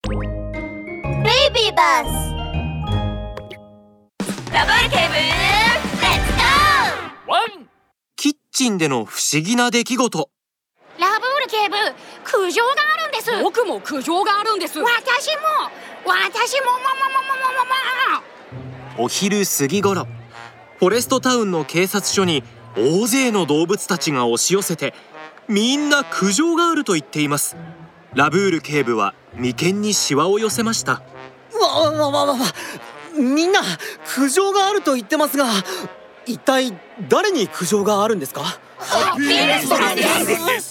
ベイビーバス。ラブール警部、レッツゴー。 ワン。キッチンでの不思議な出来事。 ラブール警部、苦情があるんです。 僕も苦情があるんです。 私もお昼過ぎ頃、フォレストタウンの警察署に大勢の動物たちが押し寄せて、みんな苦情があると言っています。ラブール警部は眉間にシワを寄せました。 みんな苦情があると言ってますが、一体誰に苦情があるんですか？ ハッピーレストランです。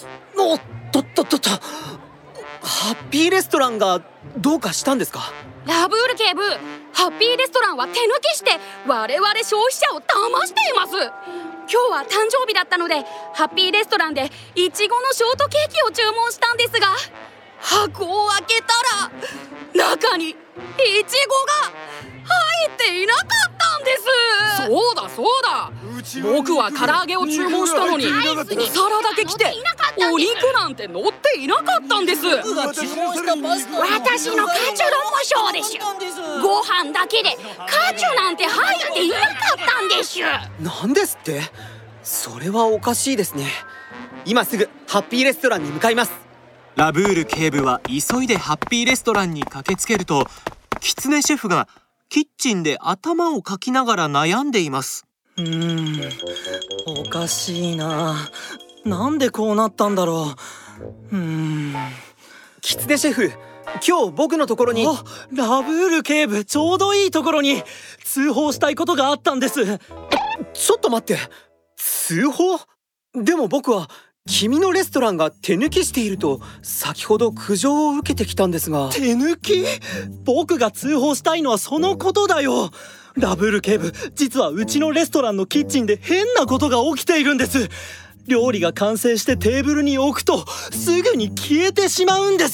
おっとハッピーレストランがどうかしたんですか？ ラブール警部、ハッピーレストランは手抜きして我々消費者を騙しています。今日は誕生日だったので、ハッピーレストランでイチゴのショートケーキを注文したんですが、箱を開けたら中にイチゴが入っていなかったんです。そうだ、僕は唐揚げを注文したのにお皿だけ来てお肉なんて乗っていなかったんです。 私のカチュロンもそうでしゅ。ご飯だけでカチュなんて入っていなかったんでしゅ。 なんですって？それはおかしいですね。今すぐハッピーレストランに向かいます。 ラブール警部は急いでハッピーレストランに駆けつけると、キツネシェフがキッチンで頭をかきながら悩んでいます。 おかしいな。なんでこうなったんだろう。キツネシェフ、今日僕のところに。 ラブール警部、ちょうどいいところに通報したいことがあったんです。 ちょっと待って、通報？でも僕は君のレストランが手抜きしていると先ほど苦情を受けてきたんですが。 手抜き？僕が通報したいのはそのことだよ。ラブール警部、実はうちのレストランのキッチンで変なことが起きているんです。料理が完成してテーブルに置くとすぐに消えてしまうんです。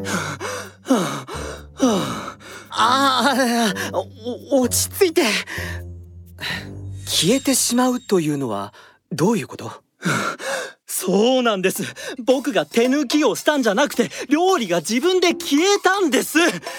落ち着いて。消えてしまうというのはどういうこと？ そうなんです。僕が手抜きをしたんじゃなくて、料理が自分で消えたんです。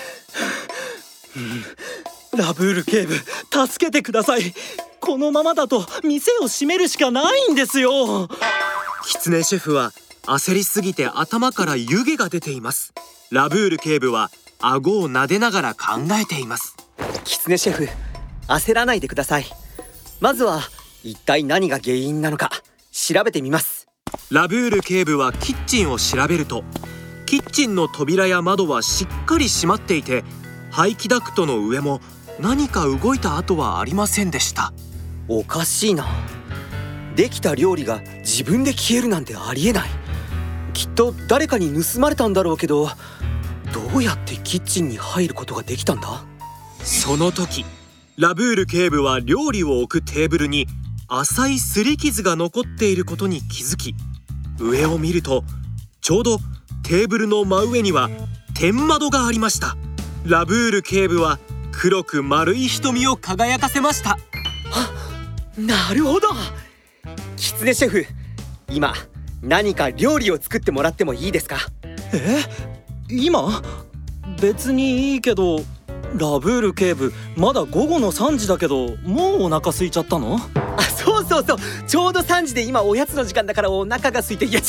ラブール警部、助けてください。このままだと店を閉めるしかないんですよ。 キツネシェフは焦りすぎて頭から湯気が出ています。ラブール警部は顎を撫でながら考えています。 キツネシェフ、焦らないでください。まずは一体何が原因なのか調べてみます。 ラブール警部はキッチンを調べると、キッチンの扉や窓はしっかり閉まっていて、排気ダクトの上も何か動いた跡はありませんでした。 おかしいな。できた料理が自分で消えるなんてありえない。きっと誰かに盗まれたんだろうけど、どうやってキッチンに入ることができたんだ？ その時、ラブール警部は料理を置くテーブルに浅い擦り傷が残っていることに気づき、上を見るとちょうどテーブルの真上には天窓がありました。ラブール警部は黒く丸い瞳を輝かせました。 なるほど。キツネシェフ、今何か料理を作ってもらってもいいですか？ 今？別にいいけど。ラブール警部、まだ午後の3時だけど、もうお腹空いちゃったの？ そうちょうど3時で今おやつの時間だからお腹が空いて。いや違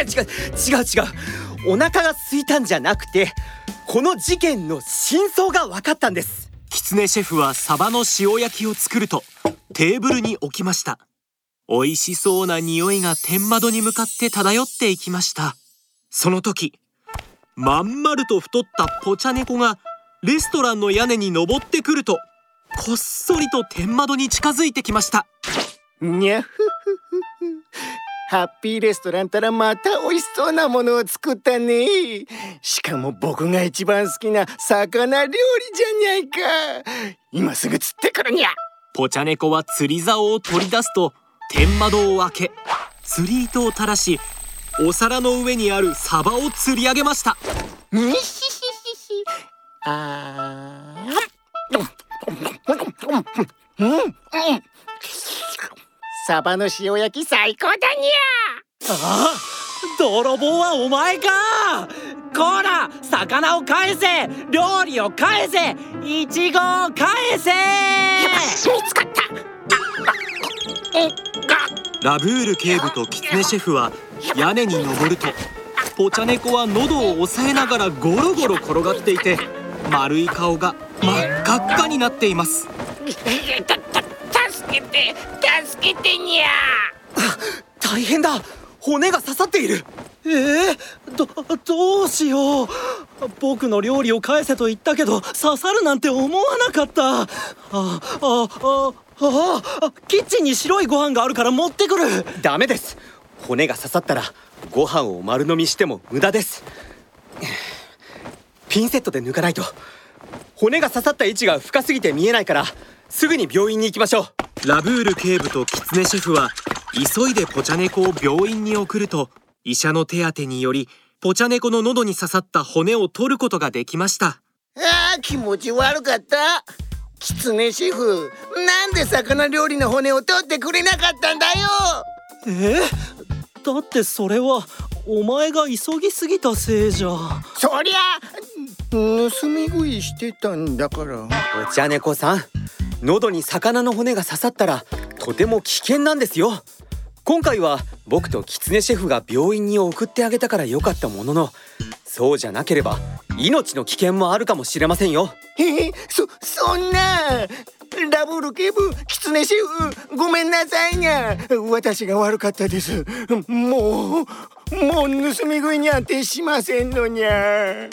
う。お腹が空いたんじゃなくて、この事件の真相が分かったんです。 キツネシェフはサバの塩焼きを作るとテーブルに置きました。美味しそうな匂いが天窓に向かって漂っていきました。その時、まん丸と太ったポチャ猫がレストランの屋根に登ってくると、こっそりと天窓に近づいてきました。 にゃふふふふ。ハッピーレストランたらまた美味しそうなものを作ったね。しかも僕が一番好きな魚料理じゃにゃいか。今すぐ釣ってくるにゃ。 ポチャ猫は釣り竿を取り出すと、天窓を開け釣り糸を垂らし、お皿の上にあるサバを釣り上げました。 サバの塩焼き最高だにゃ。 泥棒はお前か。 こら魚を返せ、料理を返せ、イチゴを返せ。 見つかった。 ラブール警部とキツネシェフは屋根に登ると、ポチャ猫は喉を押さえながらゴロゴロ転がっていて、丸い顔が真っ赤っかになっています。 助けてにゃ。 大変だ、骨が刺さっている。 どうしよう。僕の料理を返せと言ったけど刺さるなんて思わなかった。キッチンに白いご飯があるから持ってくる。 ダメです。骨が刺さったらご飯を丸飲みしても無駄です。ピンセットで抜かないと。骨が刺さった位置が深すぎて見えないから、すぐに病院に行きましょう。 ラブール警部とキツネシェフは急いでポチャ猫を病院に送ると、医者の手当てによりポチャ猫の喉に刺さった骨を取ることができました。 気持ち悪かった。キツネシェフ、なんで魚料理の骨を取ってくれなかったんだよ。 だってそれはお前が急ぎすぎたせいじゃ。 そりゃ盗み食いしてたんだから。 ポチャ猫さん、喉に魚の骨が刺さったらとても危険なんですよ。今回は僕とキツネシェフが病院に送ってあげたから良かったものの、そうじゃなければ命の危険もあるかもしれませんよ。 そんな。ラブール警部、キツネシェフ、ごめんなさいにゃ。私が悪かったです。もう盗み食いにゃんてしませんのにゃ。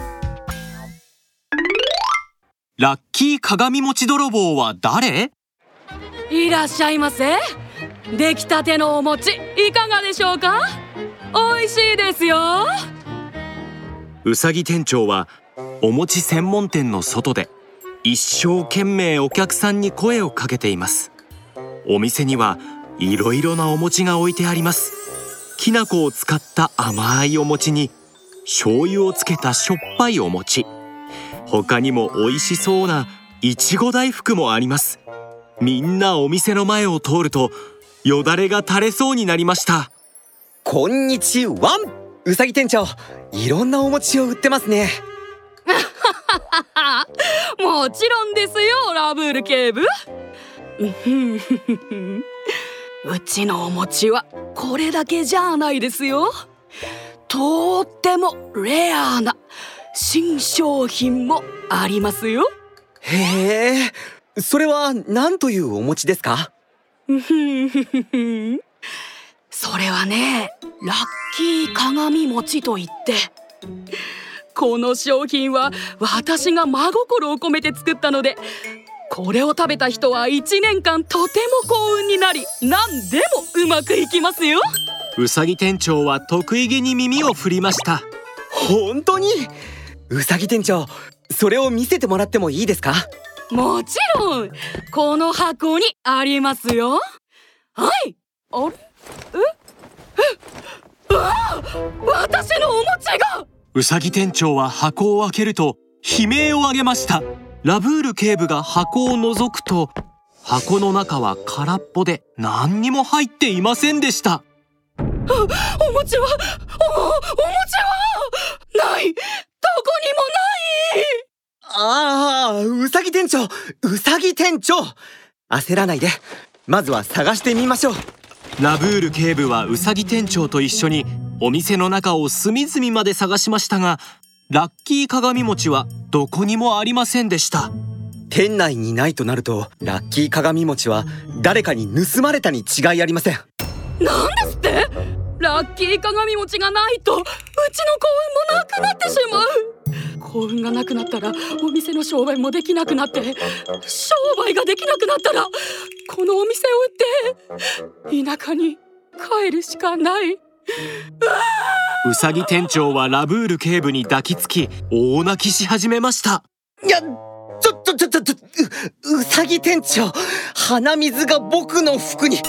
ラッキー鏡餅泥棒は誰？ いらっしゃいませ。出来たてのお餅いかがでしょうか？美味しいですよ。 うさぎ店長はお餅専門店の外で一生懸命お客さんに声をかけています。お店にはいろいろなお餅が置いてあります。きな粉を使った甘いお餅に醤油をつけたしょっぱいお餅、他にも美味しそうないちご大福もあります。みんなお店の前を通るとよだれが垂れそうになりました。 こんにちは、うさぎ店長。いろんなお餅を売ってますね。 もちろんですよ、ラブール警部。うちのお餅はこれだけじゃないですよ。とってもレアな新商品もありますよ。 へえ、それは何というお餅ですか？ それはね、ラッキー鏡餅といって、この商品は私が真心を込めて作ったので、これを食べた人は1年間とても幸運になり、何でもうまくいきますよ。 うさぎ店長は得意げに耳を振りました。 本当に？うさぎ店長、それを見せてもらってもいいですか？ もちろん、この箱にありますよ。はい。あれ？私のお餅が！ うさぎ店長は箱を開けると悲鳴を上げました。ラブール警部が箱を覗くと、箱の中は空っぽで何にも入っていませんでした。 お餅はない。どこにもない。 うさぎ店長、うさぎ店長、焦らないで。まずは探してみましょう。 ラブール警部はうさぎ店長と一緒にお店の中を隅々まで探しましたが、ラッキー鏡餅はどこにもありませんでした。 店内にないとなると、ラッキー鏡餅は誰かに盗まれたに違いありません。 なんですって？ラッキー鏡餅がないと、うちの幸運もなくなってしまう。幸運がなくなったらお店の商売もできなくなって、商売ができなくなったらこのお店を売って田舎に帰るしかない。 うさぎ店長はラブール警部に抱きつき大泣きし始めました。 いや、うさぎ店長、鼻水が僕の服に。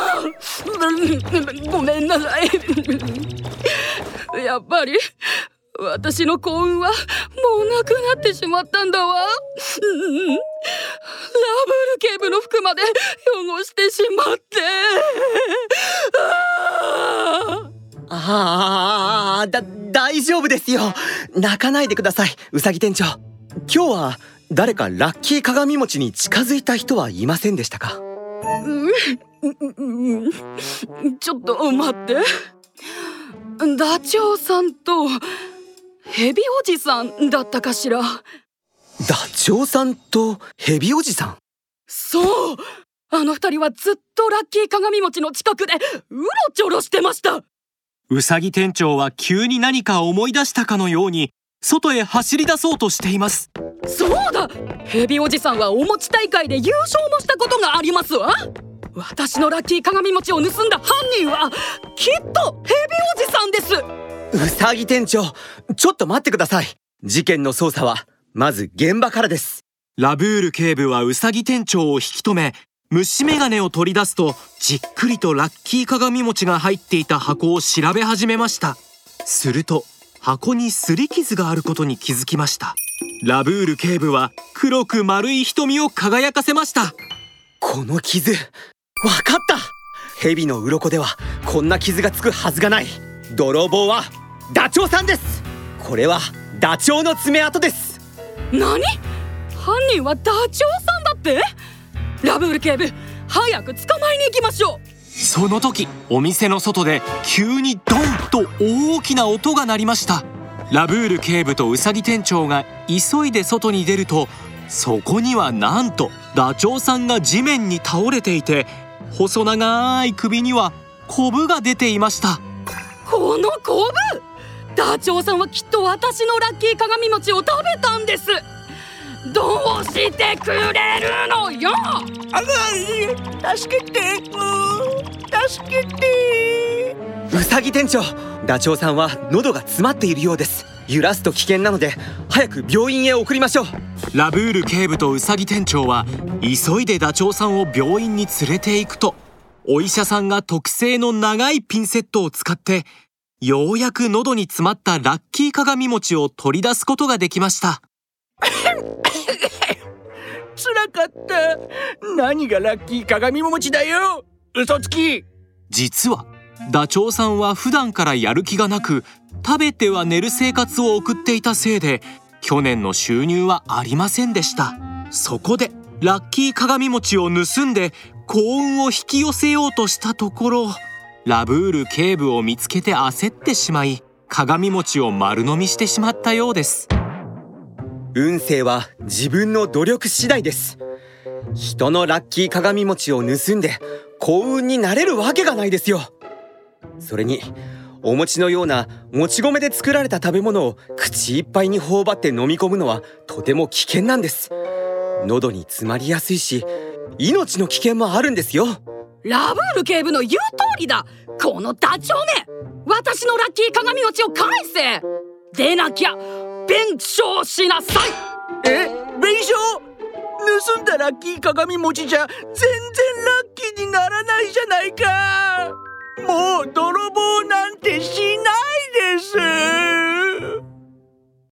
ごめんなさい。やっぱり私の幸運はもうなくなってしまったんだわ。ラブール警部の服まで汚してしまって。 大丈夫ですよ。泣かないでください、うさぎ店長。今日は誰かラッキー鏡餅に近づいた人はいませんでしたか？ ちょっと待って。ダチョウさんとヘビおじさんだったかしら。 ダチョウさんとヘビおじさん？ そう、あの二人はずっとラッキー鏡餅の近くでうろちょろしてました。 うさぎ店長は急に何か思い出したかのように外へ走り出そうとしています。 そうだ、ヘビおじさんはお餅大会で優勝もしたことがありますわ。私のラッキー鏡餅を盗んだ犯人はきっとヘビおじさんです。 うさぎ店長、ちょっと待ってください。事件の捜査はまず現場からです。 ラブール警部はうさぎ店長を引き止め、虫眼鏡を取り出すとじっくりとラッキー鏡餅が入っていた箱を調べ始めました。すると箱に擦り傷があることに気づきました。ラブール警部は黒く丸い瞳を輝かせました。 この傷、わかった。蛇の鱗ではこんな傷がつくはずがない。泥棒はダチョウさんです。これはダチョウの爪痕です。 何？犯人はダチョウさんだって？ラブール警部、早く捕まえに行きましょう。 その時、お店の外で急にドンと大きな音が鳴りました。ラブール警部とうさぎ店長が急いで外に出ると、そこにはなんとダチョウさんが地面に倒れていて、細長い首にはコブが出ていました。 このコブ！ダチョウさんはきっと私のラッキー鏡餅を食べたんです。どうしてくれるのよ！ 助けて、助けて。 うさぎ店長、ダチョウさんは喉が詰まっているようです。揺らすと危険なので早く病院へ送りましょう。 ラブール警部とうさぎ店長は急いでダチョウさんを病院に連れて行くと、お医者さんが特製の長いピンセットを使ってようやく喉に詰まったラッキー鏡餅を取り出すことができました。 つらかった。何がラッキー鏡餅だよ、嘘つき。 実はダチョウさんは普段からやる気がなく、食べては寝る生活を送っていたせいで去年の収入はありませんでした。そこでラッキー鏡餅を盗んで幸運を引き寄せようとしたところ、ラブール警部を見つけて焦ってしまい、鏡餅を丸飲みしてしまったようです。 運勢は自分の努力次第です。人のラッキー鏡餅を盗んで幸運になれるわけがないですよ。それにお餅のようなもち米で作られた食べ物を口いっぱいに頬張って飲み込むのはとても危険なんです。喉に詰まりやすいし、命の危険もあるんですよ。 ラブール警部の言う通りだ。このダチョウめ、私のラッキー鏡餅を返せ。でなきゃ弁償しなさい。 弁償？盗んだラッキー鏡餅じゃ全然ラッキーにならないじゃないか。もうど